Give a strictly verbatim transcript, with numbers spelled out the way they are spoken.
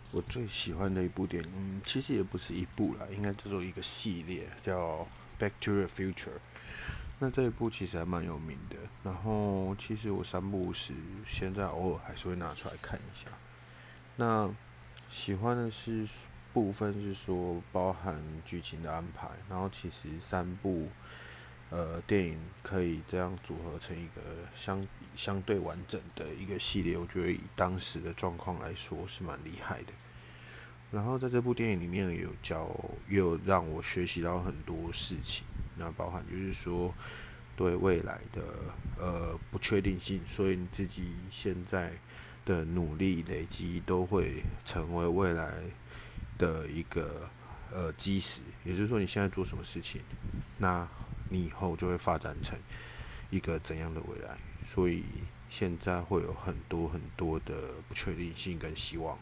我最喜欢的一部电影，嗯，其实也不是一部啦，应该叫做一个系列，叫《Back to the Future》。那这一部其实还蛮有名的。然后，其实我三不五时，现在偶尔还是会拿出来看一下。那喜欢的是部分是说包含剧情的安排，然后其实三部呃电影可以这样组合成一个相相对完整的一个系列，我觉得以当时的状况来说是蛮厉害的。然后在这部电影里面也有教，也有让我学习到很多事情。那包含就是说对未来的呃不确定性，所以你自己现在的努力累积都会成为未来的一个呃基石。也就是说，你现在做什么事情，那你以后就会发展成一个怎样的未来。所以现在会有很多很多的不确定性跟希望。